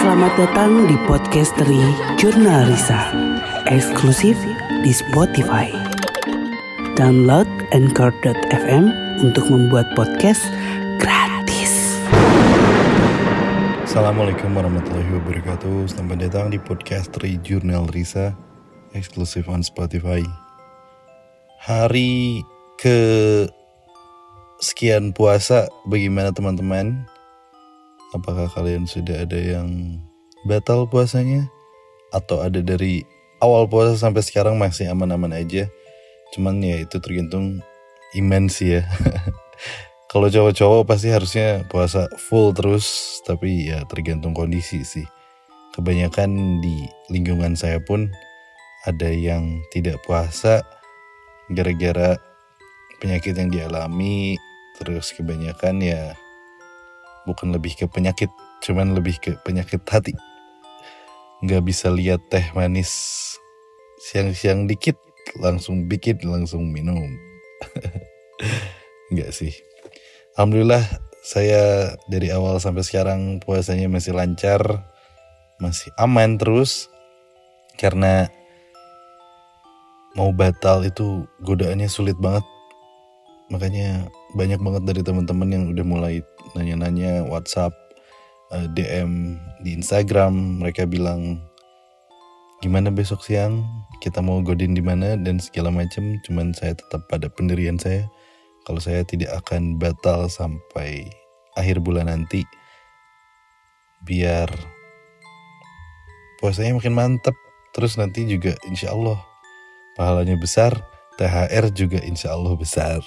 Selamat datang di Podcastery Jurnal Risa, eksklusif di Spotify. Download Anchor.fm untuk membuat podcast gratis. Assalamualaikum warahmatullahi wabarakatuh. Selamat datang di Podcastery Jurnal Risa, eksklusif on Spotify. Hari ke sekian puasa, bagaimana teman-teman? Apakah kalian sudah ada yang batal puasanya? Atau ada dari awal puasa sampai sekarang masih aman-aman aja? Cuman ya itu tergantung iman sih ya. Kalau cowok-cowok pasti harusnya puasa full terus, tapi ya tergantung kondisi sih. Kebanyakan di lingkungan saya pun ada yang tidak puasa gara-gara penyakit yang dialami. Terus kebanyakan ya bukan lebih ke penyakit, cuman lebih ke penyakit hati. Gak bisa lihat teh manis siang-siang dikit langsung bikin, langsung minum. Enggak sih. Alhamdulillah saya dari awal sampai sekarang puasanya masih lancar, masih aman terus. Karena mau batal itu godaannya sulit banget. Makanya banyak banget dari teman-teman yang udah mulai nanya-nanya WhatsApp, DM di Instagram. Mereka bilang, gimana besok siang kita mau godin di mana dan segala macam. Cuman saya tetap pada pendirian saya. Kalau saya tidak akan batal sampai akhir bulan nanti, biar puasanya makin mantep. Terus nanti juga insya Allah pahalanya besar, THR juga insya Allah besar.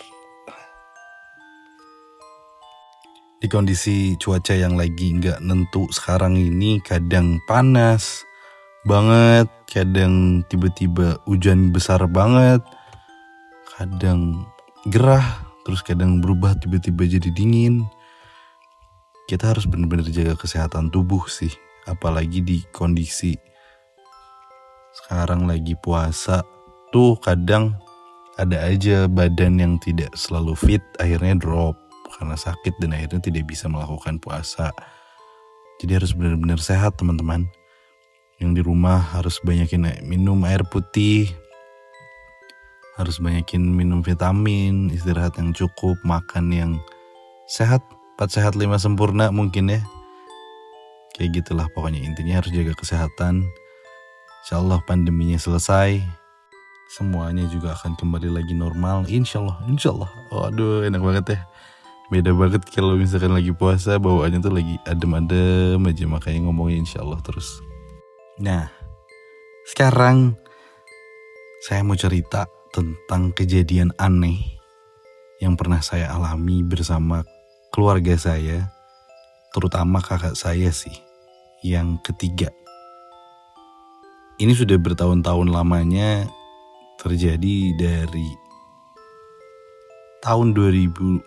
Di kondisi cuaca yang lagi gak nentu sekarang ini, kadang panas banget, kadang tiba-tiba hujan besar banget, kadang gerah, terus kadang berubah tiba-tiba jadi dingin. Kita harus benar-benar jaga kesehatan tubuh sih, apalagi di kondisi sekarang lagi puasa tuh kadang ada aja badan yang tidak selalu fit, akhirnya drop karena sakit dan akhirnya tidak bisa melakukan puasa. Jadi harus benar-benar sehat teman-teman. Yang di rumah harus banyakin minum air putih, harus banyakin minum vitamin, istirahat yang cukup, makan yang sehat, 4 sehat 5 sempurna mungkin ya. Kayak gitulah pokoknya, intinya harus jaga kesehatan. Insyaallah pandeminya selesai, semuanya juga akan kembali lagi normal. Insyaallah. Waduh, enak banget ya. Beda banget kalau misalkan lagi puasa, bawaannya tuh lagi adem-adem aja, makanya ngomongnya insyaallah terus. Nah, sekarang saya mau cerita tentang kejadian aneh yang pernah saya alami bersama keluarga saya, terutama kakak saya sih, yang ketiga. Ini sudah bertahun-tahun lamanya, terjadi dari tahun 2019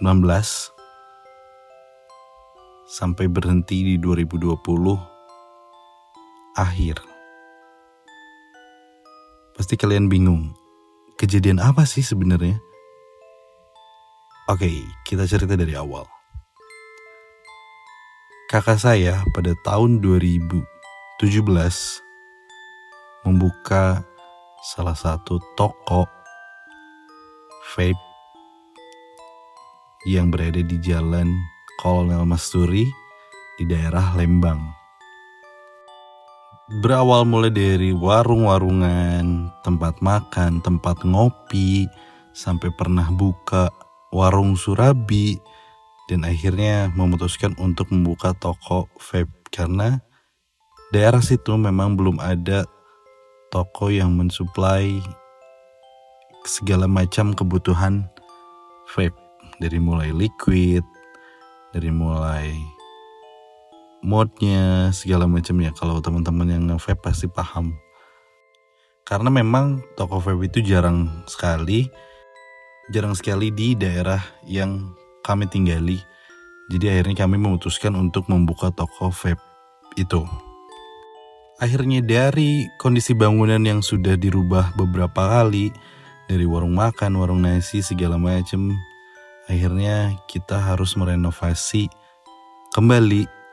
sampai berhenti di 2020 akhir. Pasti kalian bingung, kejadian apa sih sebenarnya? Oke, kita cerita dari awal. Kakak saya pada tahun 2017 membuka salah satu toko vape yang berada di Jalan Kolonel Masturi di daerah Lembang. Berawal mulai dari warung-warungan, tempat makan, tempat ngopi, sampai pernah buka warung surabi, dan akhirnya memutuskan untuk membuka toko vape karena daerah situ memang belum ada toko yang mensuplai segala macam kebutuhan vape. Dari mulai liquid, dari mulai modnya, segala macamnya. Kalau teman-teman yang nge-vape pasti paham. Karena memang toko vape itu jarang sekali di daerah yang kami tinggali. Jadi akhirnya kami memutuskan untuk membuka toko vape itu. Akhirnya dari kondisi bangunan yang sudah dirubah beberapa kali, dari warung makan, warung nasi, segala macam, akhirnya kita harus merenovasi kembali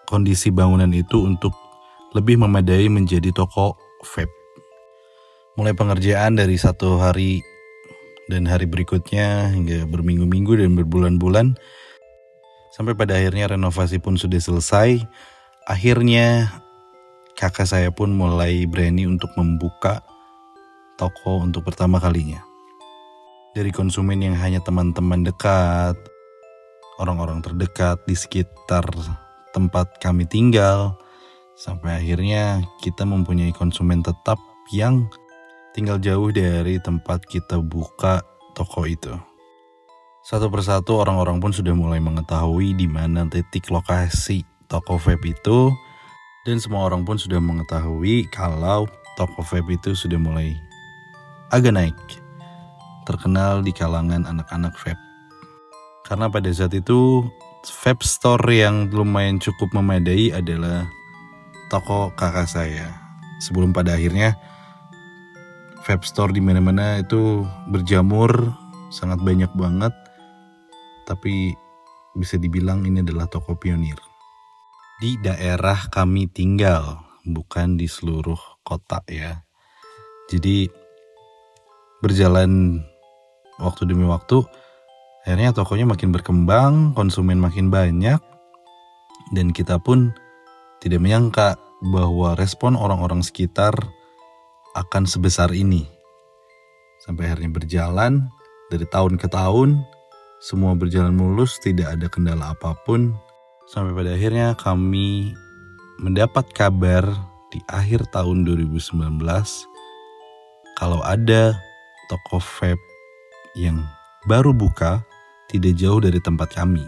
kondisi bangunan itu untuk lebih memadai menjadi toko vape. Mulai pengerjaan dari 1 hari dan hari berikutnya hingga berminggu-minggu dan berbulan-bulan, sampai pada akhirnya renovasi pun sudah selesai. Akhirnya kakak saya pun mulai berani untuk membuka toko untuk pertama kalinya. Dari konsumen yang hanya teman-teman dekat, orang-orang terdekat di sekitar tempat kami tinggal, sampai akhirnya kita mempunyai konsumen tetap yang tinggal jauh dari tempat kita buka toko itu. Satu persatu orang-orang pun sudah mulai mengetahui di mana titik lokasi toko vape itu, dan semua orang pun sudah mengetahui kalau toko vape itu sudah mulai agak naik, terkenal di kalangan anak-anak vape. Karena pada saat itu vape store yang lumayan cukup memadai adalah toko kakak saya. Sebelum pada akhirnya vape store di mana-mana itu berjamur sangat banyak banget, tapi bisa dibilang ini adalah toko pionir di daerah kami tinggal, bukan di seluruh kota ya. Jadi berjalan waktu demi waktu, akhirnya tokonya makin berkembang, konsumen makin banyak, dan kita pun tidak menyangka bahwa respon orang-orang sekitar akan sebesar ini. Sampai akhirnya berjalan dari tahun ke tahun, semua berjalan mulus, tidak ada kendala apapun. Sampai pada akhirnya kami mendapat kabar di akhir tahun 2019 kalau ada toko vape yang baru buka tidak jauh dari tempat kami.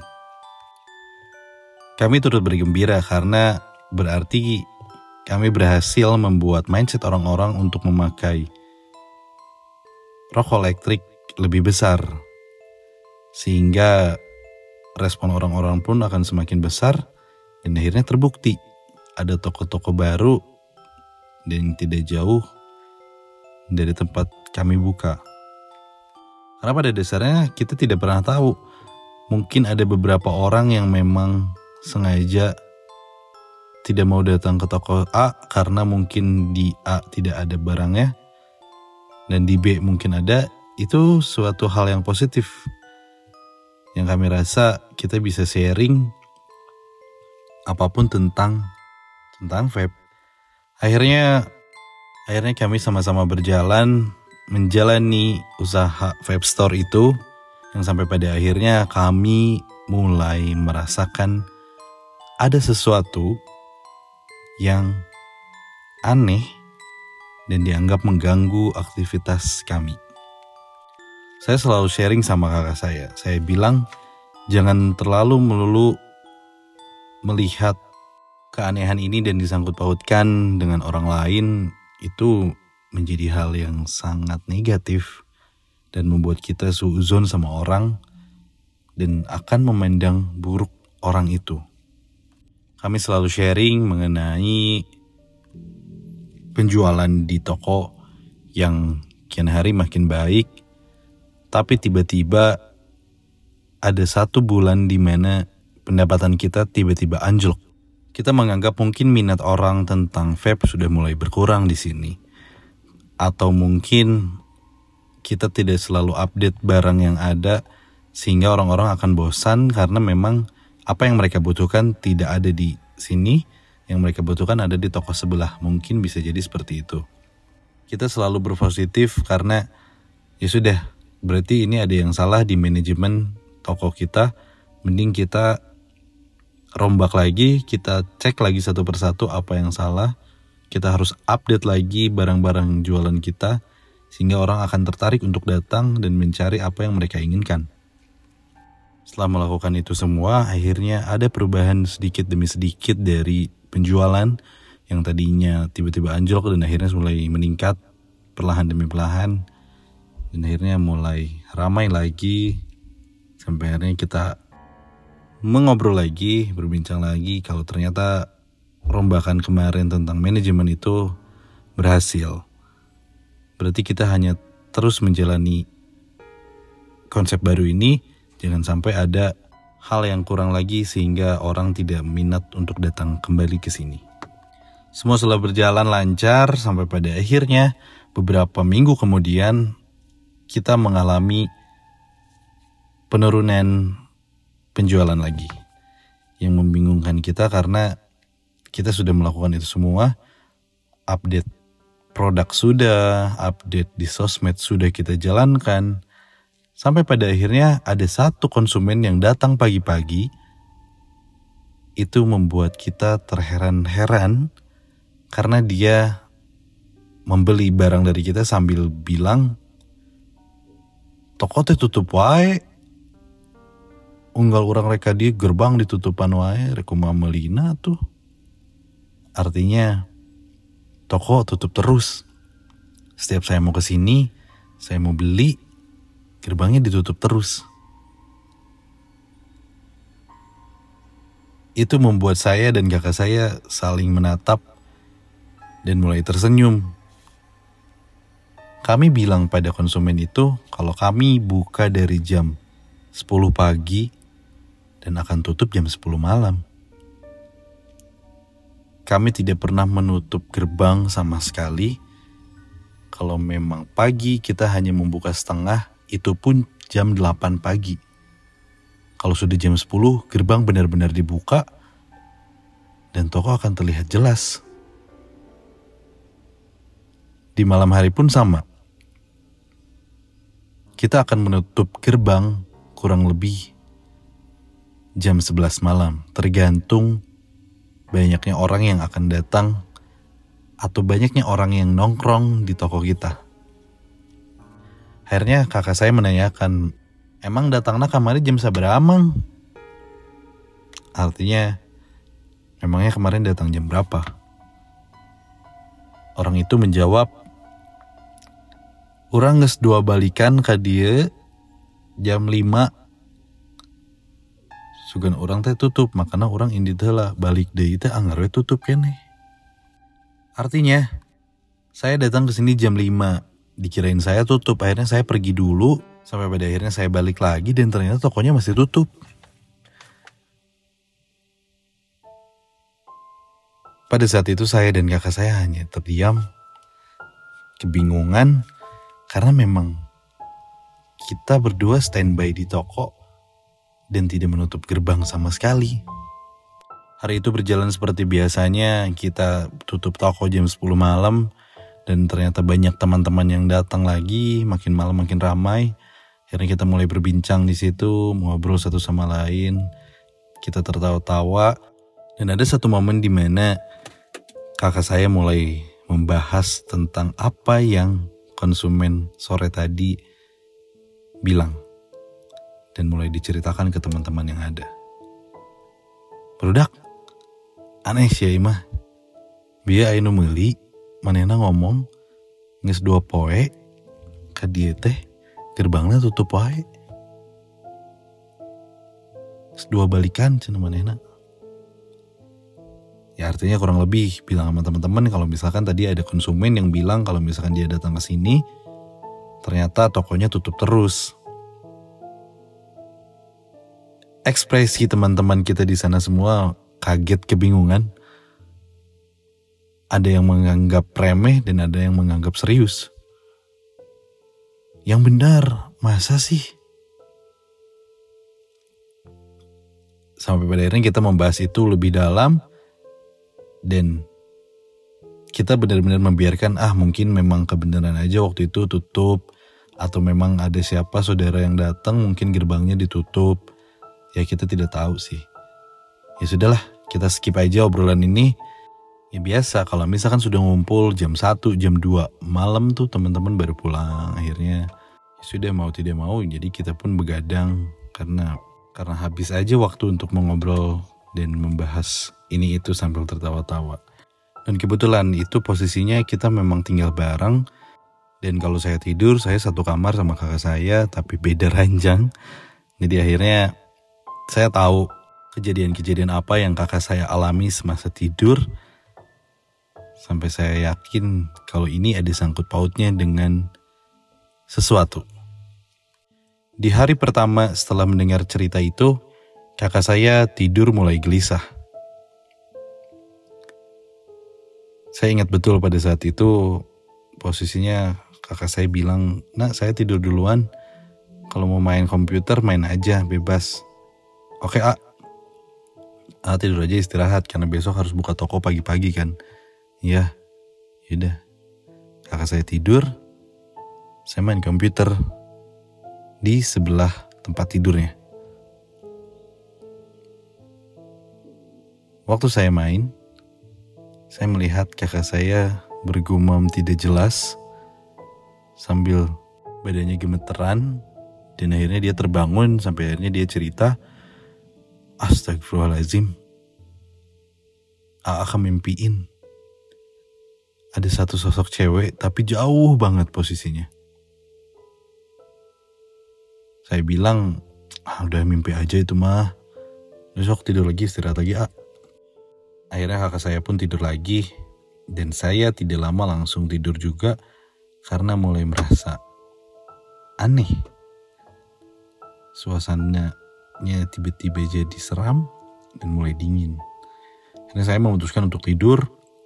Kami turut bergembira karena berarti kami berhasil membuat mindset orang-orang untuk memakai rokok elektrik lebih besar. Sehingga respon orang-orang pun akan semakin besar, dan akhirnya terbukti ada toko-toko baru dan tidak jauh dari tempat kami buka. Karena pada dasarnya kita tidak pernah tahu, mungkin ada beberapa orang yang memang sengaja tidak mau datang ke toko A karena mungkin di A tidak ada barangnya dan di B mungkin ada. Itu suatu hal yang positif yang kami rasa kita bisa sharing apapun tentang vape. Akhirnya kami sama-sama berjalan menjalani usaha vape store itu, yang sampai pada akhirnya kami mulai merasakan ada sesuatu yang aneh dan dianggap mengganggu aktivitas kami. Saya selalu sharing sama kakak saya. Saya bilang jangan terlalu melulu melihat keanehan ini dan disangkut pautkan dengan orang lain. Itu menjadi hal yang sangat negatif dan membuat kita suuzon sama orang dan akan memandang buruk orang itu. Kami selalu sharing mengenai penjualan di toko yang kian hari makin baik, tapi tiba-tiba ada 1 bulan di mana pendapatan kita tiba-tiba anjlok. Kita menganggap mungkin minat orang tentang vape sudah mulai berkurang di sini, atau mungkin kita tidak selalu update barang yang ada sehingga orang-orang akan bosan karena memang apa yang mereka butuhkan tidak ada di sini, yang mereka butuhkan ada di toko sebelah. Mungkin bisa jadi seperti itu. Kita selalu berpositif karena ya sudah, berarti ini ada yang salah di manajemen toko kita. Mending kita rombak lagi, kita cek lagi satu persatu apa yang salah. Kita harus update lagi barang-barang jualan kita sehingga orang akan tertarik untuk datang dan mencari apa yang mereka inginkan. Setelah melakukan itu semua, akhirnya ada perubahan sedikit demi sedikit dari penjualan yang tadinya tiba-tiba anjlok dan akhirnya mulai meningkat perlahan demi perlahan. Dan akhirnya mulai ramai lagi sampai akhirnya kita mengobrol lagi, berbincang lagi kalau ternyata rombakan kemarin tentang manajemen itu berhasil. Berarti kita hanya terus menjalani konsep baru ini. Jangan sampai ada hal yang kurang lagi sehingga orang tidak minat untuk datang kembali ke sini. Semua telah berjalan lancar sampai pada akhirnya beberapa minggu kemudian kita mengalami penurunan penjualan lagi. Yang membingungkan kita karena kita sudah melakukan itu semua, update produk sudah, update di sosmed sudah kita jalankan. Sampai pada akhirnya ada satu konsumen yang datang pagi-pagi. Itu membuat kita terheran-heran karena dia membeli barang dari kita sambil bilang, "Toko teh tutup wae. Unggal orang reka di gerbang ditutupan wae, rek kumaha meulina tuh." Artinya toko tutup terus. Setiap saya mau kesini, saya mau beli, gerbangnya ditutup terus. Itu membuat saya dan kakak saya saling menatap dan mulai tersenyum. Kami bilang pada konsumen itu kalau kami buka dari jam 10 pagi dan akan tutup jam 10 malam. Kami tidak pernah menutup gerbang sama sekali. Kalau memang pagi kita hanya membuka setengah, itu pun jam 8 pagi. Kalau sudah jam 10, gerbang benar-benar dibuka dan toko akan terlihat jelas. Di malam hari pun sama. Kita akan menutup gerbang kurang lebih jam 11 malam, tergantung banyaknya orang yang akan datang atau banyaknya orang yang nongkrong di toko kita. Akhirnya kakak saya menanyakan, "Emang datangnya kemarin jam sabaraha, Mang?" Artinya, memangnya kemarin datang jam berapa? Orang itu menjawab, "Urang geus 2 balikan ka dieu jam 5. Sugan orang teh tutup, makanya orang indi heula balik deui teh anggar we tutup keneh." Artinya, saya datang ke sini jam 5, dikirain saya tutup. Akhirnya saya pergi dulu, sampai pada akhirnya saya balik lagi dan ternyata tokonya masih tutup. Pada saat itu saya dan kakak saya hanya terdiam, kebingungan, karena memang kita berdua standby di toko dan tidak menutup gerbang sama sekali. Hari itu berjalan seperti biasanya, kita tutup toko jam 10 malam dan ternyata banyak teman-teman yang datang lagi, makin malam makin ramai. Akhirnya kita mulai berbincang di situ, ngobrol satu sama lain, kita tertawa-tawa dan ada satu momen di mana kakak saya mulai membahas tentang apa yang konsumen sore tadi bilang. Dan mulai diceritakan ke teman-teman yang ada. "Barudak, aneh sih mah. Bieu aya nu meuli, manehna ngomong geus 2 poe ka dieu teh gerbangna tutup wae. Geus 2 balikan cenah manehna." Ya artinya kurang lebih bilang sama teman-teman kalau misalkan tadi ada konsumen yang bilang kalau misalkan dia datang ke sini ternyata tokonya tutup terus. Ekspresi teman-teman kita di sana semua kaget, kebingungan. Ada yang menganggap remeh dan ada yang menganggap serius. Yang benar, masa sih? Sampai pada akhirnya kita membahas itu lebih dalam dan kita benar-benar membiarkan mungkin memang kebenaran aja waktu itu tutup atau memang ada siapa saudara yang datang mungkin gerbangnya ditutup. Ya kita tidak tahu sih. Ya sudahlah, kita skip aja obrolan ini. Ya biasa kalau misalkan sudah ngumpul jam 1, jam 2 malam tuh teman-teman baru pulang. Akhirnya ya sudah mau tidak mau jadi kita pun begadang karena habis aja waktu untuk mengobrol dan membahas ini itu sambil tertawa-tawa. Dan kebetulan itu posisinya kita memang tinggal bareng. Dan kalau saya tidur, saya satu kamar sama kakak saya tapi beda ranjang. Jadi akhirnya saya tahu kejadian-kejadian apa yang kakak saya alami semasa tidur. Sampai saya yakin kalau ini ada sangkut pautnya dengan sesuatu. Di hari pertama setelah mendengar cerita itu, kakak saya tidur mulai gelisah. Saya ingat betul pada saat itu posisinya kakak saya bilang, "Nak, saya tidur duluan. Kalau mau main komputer main aja bebas." "Oke, A. Tidur aja istirahat karena besok harus buka toko pagi-pagi kan." "Iya." "Yaudah." Kakak saya tidur, saya main komputer di sebelah tempat tidurnya. Waktu saya main, saya melihat kakak saya bergumam tidak jelas sambil badannya gemeteran, dan akhirnya dia terbangun sampai akhirnya dia cerita, "Astagfirullahaladzim, Aa mimpiin ada satu sosok cewek tapi jauh banget posisinya." Saya bilang, "Udah mimpi aja itu mah, besok tidur lagi, istirahat lagi, A." Akhirnya kakak saya pun tidur lagi, dan saya tidak lama langsung tidur juga karena mulai merasa aneh. Suasananya tiba-tiba jadi seram dan mulai dingin. Akhirnya saya memutuskan untuk tidur.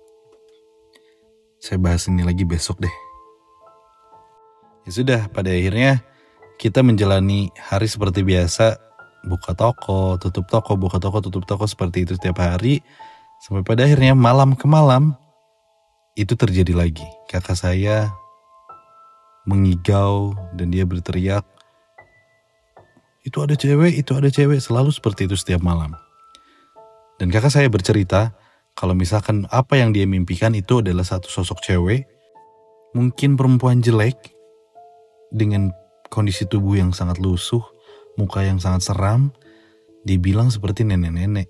Saya bahas ini lagi besok deh. Ya sudah, pada akhirnya kita menjalani hari seperti biasa. Buka toko, tutup toko, buka toko, tutup toko, seperti itu setiap hari. Sampai pada akhirnya malam ke malam itu terjadi lagi. Kakak saya mengigau dan dia berteriak, "Itu ada cewek, itu ada cewek." Selalu seperti itu setiap malam. Dan kakak saya bercerita kalau misalkan apa yang dia mimpikan itu adalah satu sosok cewek, mungkin perempuan jelek dengan kondisi tubuh yang sangat lusuh, muka yang sangat seram, dibilang seperti nenek-nenek.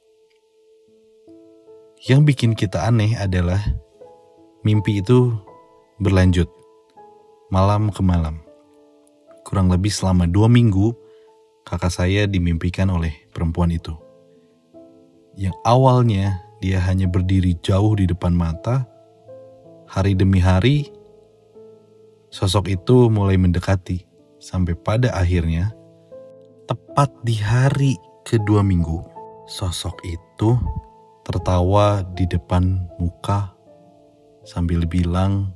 Yang bikin kita aneh adalah mimpi itu berlanjut malam ke malam. Kurang lebih selama 2 minggu kakak saya dimimpikan oleh perempuan itu. Yang awalnya dia hanya berdiri jauh di depan mata, hari demi hari sosok itu mulai mendekati. Sampai pada akhirnya, tepat di hari ke-2 minggu, sosok itu tertawa di depan muka sambil bilang,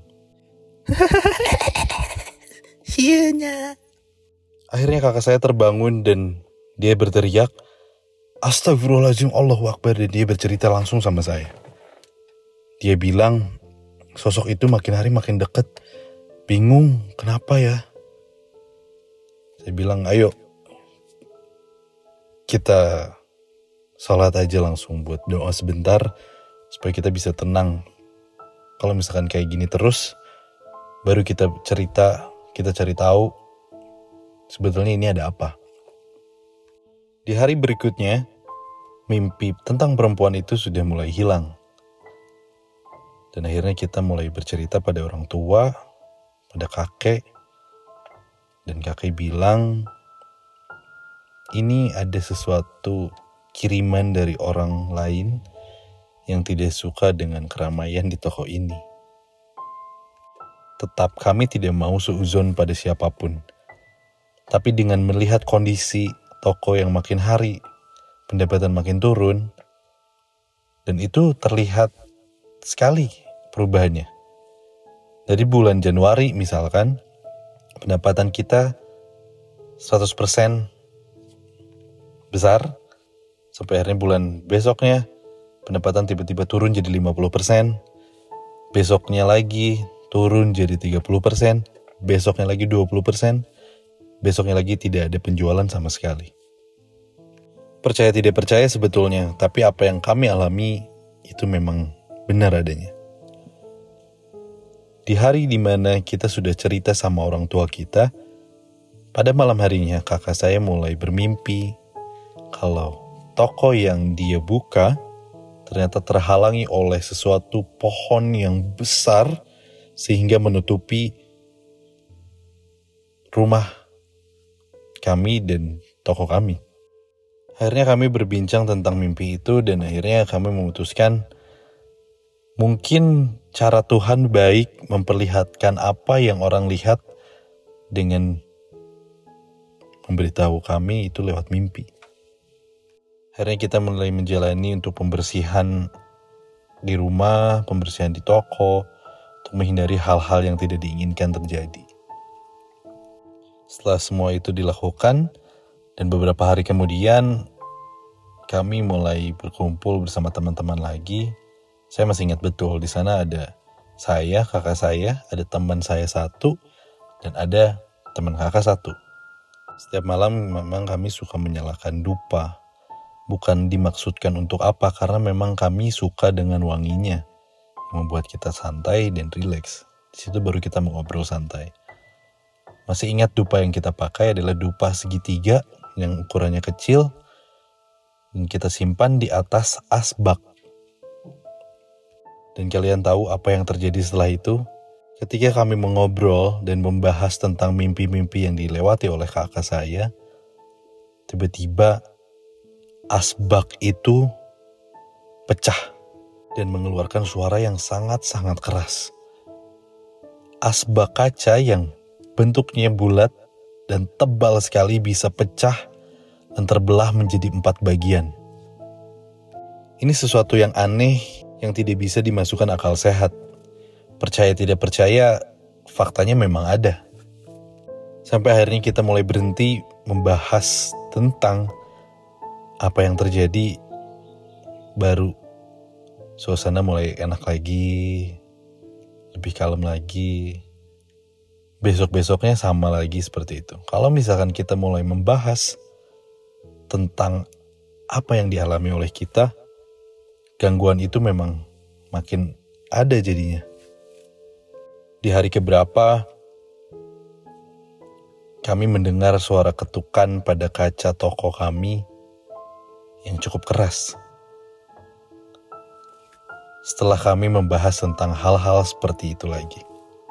"Sianya." Akhirnya kakak saya terbangun dan dia berteriak, "Astagfirullahaladzim, Allahu Akbar." Dan dia bercerita langsung sama saya. Dia bilang, sosok itu makin hari makin dekat. Bingung, kenapa ya? Saya bilang, "Ayo kita sholat aja langsung, buat doa sebentar supaya kita bisa tenang. Kalau misalkan kayak gini terus, baru kita cerita, kita cari tahu sebetulnya ini ada apa." Di hari berikutnya, mimpi tentang perempuan itu sudah mulai hilang. Dan akhirnya kita mulai bercerita pada orang tua, pada kakek. Dan kakek bilang, ini ada sesuatu kiriman dari orang lain yang tidak suka dengan keramaian di toko ini. Tetap kami tidak mau suuzon pada siapapun. Tapi dengan melihat kondisi toko yang makin hari, pendapatan makin turun, dan itu terlihat sekali perubahannya. Dari bulan Januari misalkan, pendapatan kita 100% besar, sampai akhirnya bulan besoknya pendapatan tiba-tiba turun jadi 50%, besoknya lagi turun jadi 30%, besoknya lagi 20%, besoknya lagi tidak ada penjualan sama sekali. Percaya tidak percaya sebetulnya, tapi apa yang kami alami itu memang benar adanya. Di hari dimana kita sudah cerita sama orang tua kita, pada malam harinya kakak saya mulai bermimpi kalau toko yang dia buka ternyata terhalangi oleh sesuatu pohon yang besar sehingga menutupi rumah kami dan toko kami. Akhirnya kami berbincang tentang mimpi itu dan akhirnya kami memutuskan mungkin cara Tuhan baik memperlihatkan apa yang orang lihat dengan memberitahu kami itu lewat mimpi. Akhirnya kita mulai menjalani untuk pembersihan di rumah, pembersihan di toko, untuk menghindari hal-hal yang tidak diinginkan terjadi. Setelah semua itu dilakukan, dan beberapa hari kemudian kami mulai berkumpul bersama teman-teman lagi. Saya masih ingat betul, di sana ada saya, kakak saya, ada teman saya satu, dan ada teman kakak satu. Setiap malam memang kami suka menyalakan dupa. Bukan dimaksudkan untuk apa, karena memang kami suka dengan wanginya, yang membuat kita santai dan rileks. Di situ baru kita mengobrol santai. Masih ingat dupa yang kita pakai adalah dupa segitiga yang ukurannya kecil, dan kita simpan di atas asbak. Dan kalian tahu apa yang terjadi setelah itu? Ketika kami mengobrol dan membahas tentang mimpi-mimpi yang dilewati oleh kakak saya, tiba-tiba asbak itu pecah dan mengeluarkan suara yang sangat-sangat keras. Asbak kaca yang bentuknya bulat dan tebal sekali bisa pecah dan terbelah menjadi 4 bagian. Ini sesuatu yang aneh yang tidak bisa dimasukkan akal sehat. Percaya tidak percaya, faktanya memang ada. Sampai akhirnya kita mulai berhenti membahas tentang apa yang terjadi, baru suasana mulai enak lagi, lebih kalem lagi. Besok-besoknya sama lagi seperti itu. Kalau misalkan kita mulai membahas tentang apa yang dialami oleh kita, gangguan itu memang makin ada jadinya. Di hari keberapa, kami mendengar suara ketukan pada kaca toko kami yang cukup keras. Setelah kami membahas tentang hal-hal seperti itu lagi.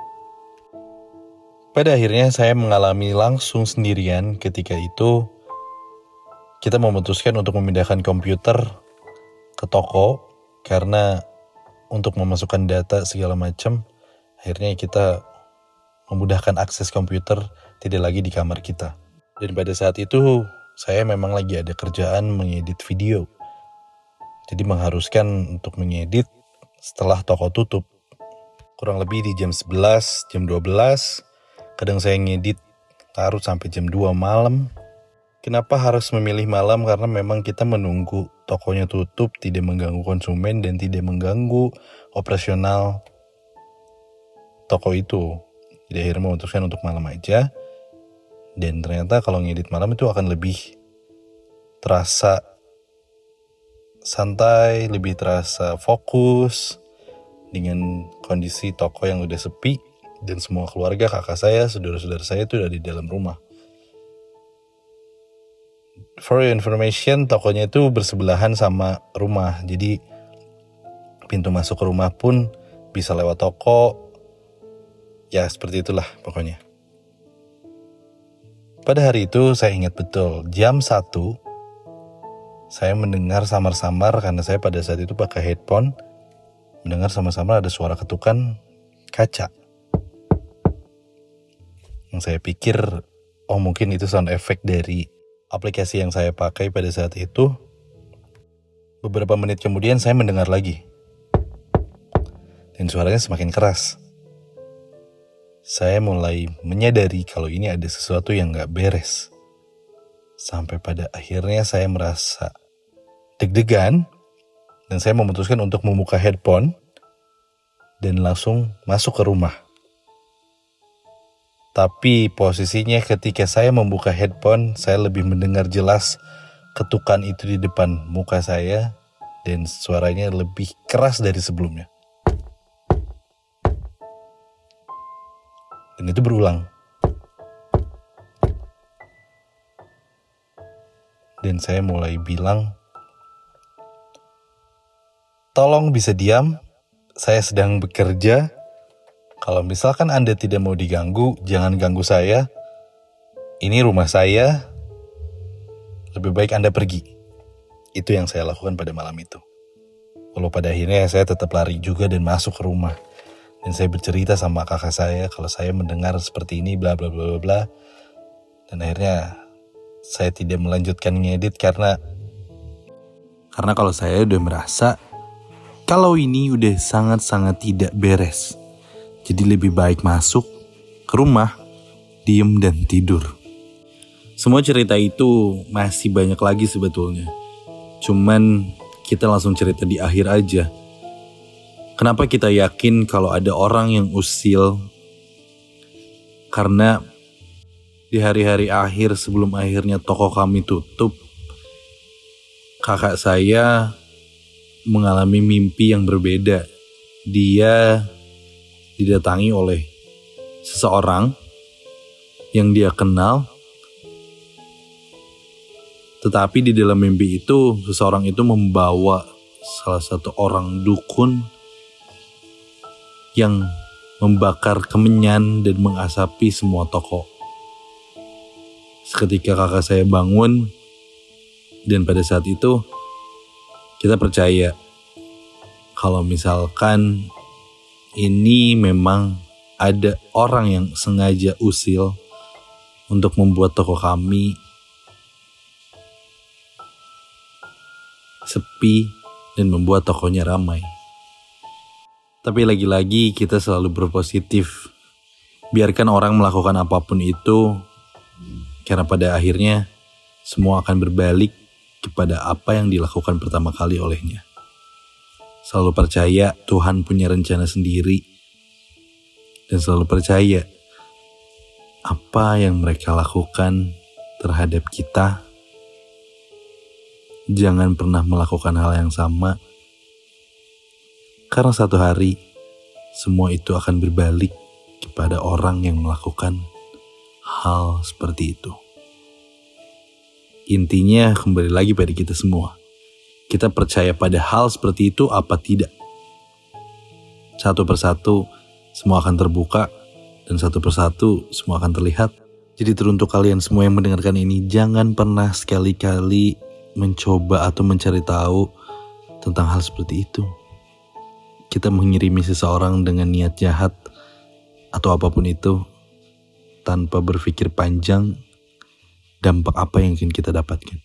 Pada akhirnya saya mengalami langsung sendirian ketika itu kita memutuskan untuk memindahkan komputer ke toko karena untuk memasukkan data segala macam, akhirnya kita memudahkan akses komputer tidak lagi di kamar kita. Dan pada saat itu saya memang lagi ada kerjaan mengedit video. Jadi mengharuskan untuk mengedit setelah toko tutup. Kurang lebih di jam 11, jam 12. Kadang saya ngedit larut sampai jam 2 malam. Kenapa harus memilih malam? Karena memang kita menunggu tokonya tutup, tidak mengganggu konsumen dan tidak mengganggu operasional toko itu. Jadi akhirnya memutuskan untuk malam aja. Dan ternyata kalau ngedit malam itu akan lebih terasa santai, lebih terasa fokus dengan kondisi toko yang udah sepi dan semua keluarga, kakak saya, saudara-saudara saya itu udah di dalam rumah. For your information, tokonya itu bersebelahan sama rumah. Jadi pintu masuk ke rumah pun bisa lewat toko. Ya seperti itulah pokoknya. Pada hari itu saya ingat betul, jam 1 saya mendengar samar-samar karena saya pada saat itu pakai headphone. Mendengar samar-samar ada suara ketukan kaca. Yang saya pikir, oh mungkin itu sound effect dari aplikasi yang saya pakai pada saat itu. Beberapa menit kemudian saya mendengar lagi. Dan suaranya semakin keras. Saya mulai menyadari kalau ini ada sesuatu yang gak beres. Sampai pada akhirnya saya merasa deg-degan. Dan saya memutuskan untuk membuka headphone. Dan langsung masuk ke rumah. Tapi posisinya ketika saya membuka headphone, saya lebih mendengar jelas ketukan itu di depan muka saya. Dan suaranya lebih keras dari sebelumnya. Dan itu berulang. Dan saya mulai bilang, tolong bisa diam, saya sedang bekerja. Kalau misalkan Anda tidak mau diganggu, jangan ganggu saya. Ini rumah saya, lebih baik Anda pergi. Itu yang saya lakukan pada malam itu. Walau pada akhirnya saya tetap lari juga dan masuk ke rumah. Dan saya bercerita sama kakak saya kalau saya mendengar seperti ini bla bla bla bla. Dan akhirnya saya tidak melanjutkan ngedit karena Karena kalau saya udah merasa kalau ini udah sangat-sangat tidak beres. Jadi lebih baik masuk ke rumah, diem dan tidur. Semua cerita itu masih banyak lagi sebetulnya. Cuman kita langsung cerita di akhir aja. Kenapa kita yakin kalau ada orang yang usil? Karena di hari-hari akhir sebelum akhirnya toko kami tutup, kakak saya mengalami mimpi yang berbeda. Dia didatangi oleh seseorang yang dia kenal, tetapi di dalam mimpi itu seseorang itu membawa salah satu orang dukun yang membakar kemenyan dan mengasapi semua toko. Seketika kakak saya bangun, dan pada saat itu kita percaya kalau misalkan ini memang ada orang yang sengaja usil untuk membuat toko kami sepi dan membuat tokonya ramai. Tapi lagi-lagi kita selalu berpositif. Biarkan orang melakukan apapun itu, karena pada akhirnya semua akan berbalik kepada apa yang dilakukan pertama kali olehnya. Selalu percaya Tuhan punya rencana sendiri. Dan selalu percaya apa yang mereka lakukan terhadap kita, jangan pernah melakukan hal yang sama. Karena satu hari semua itu akan berbalik kepada orang yang melakukan hal seperti itu. Intinya kembali lagi pada kita semua. Kita percaya pada hal seperti itu apa tidak? Satu persatu semua akan terbuka dan satu persatu semua akan terlihat. Jadi teruntuk kalian semua yang mendengarkan ini, jangan pernah sekali-kali mencoba atau mencari tahu tentang hal seperti itu. Kita mengirimi seseorang dengan niat jahat atau apapun itu tanpa berpikir panjang dampak apa yang ingin kita dapatkan.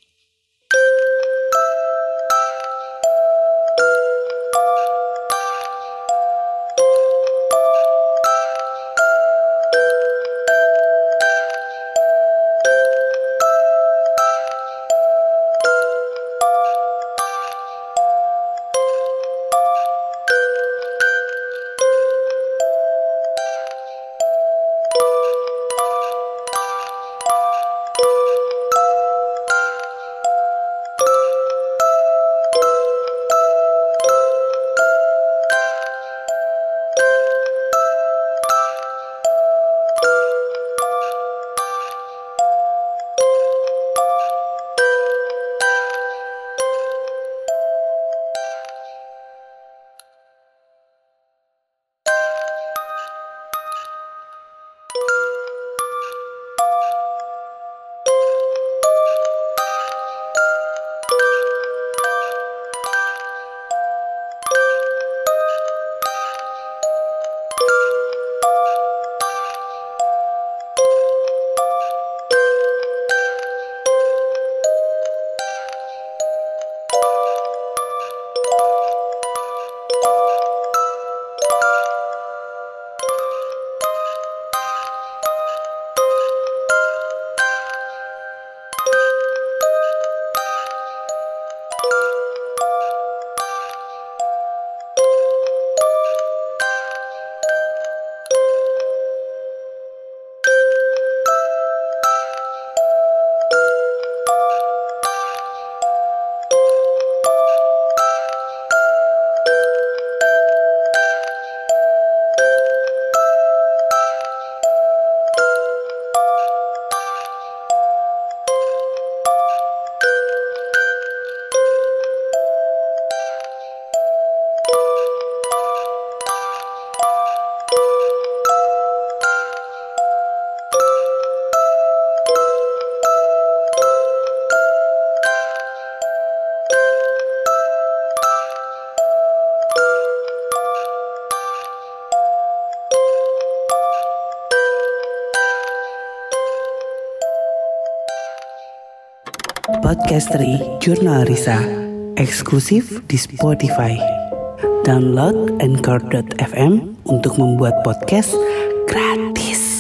Podcast dari Jurnal Risa. eksklusif di Spotify. Download Anchor.fm untuk membuat podcast gratis.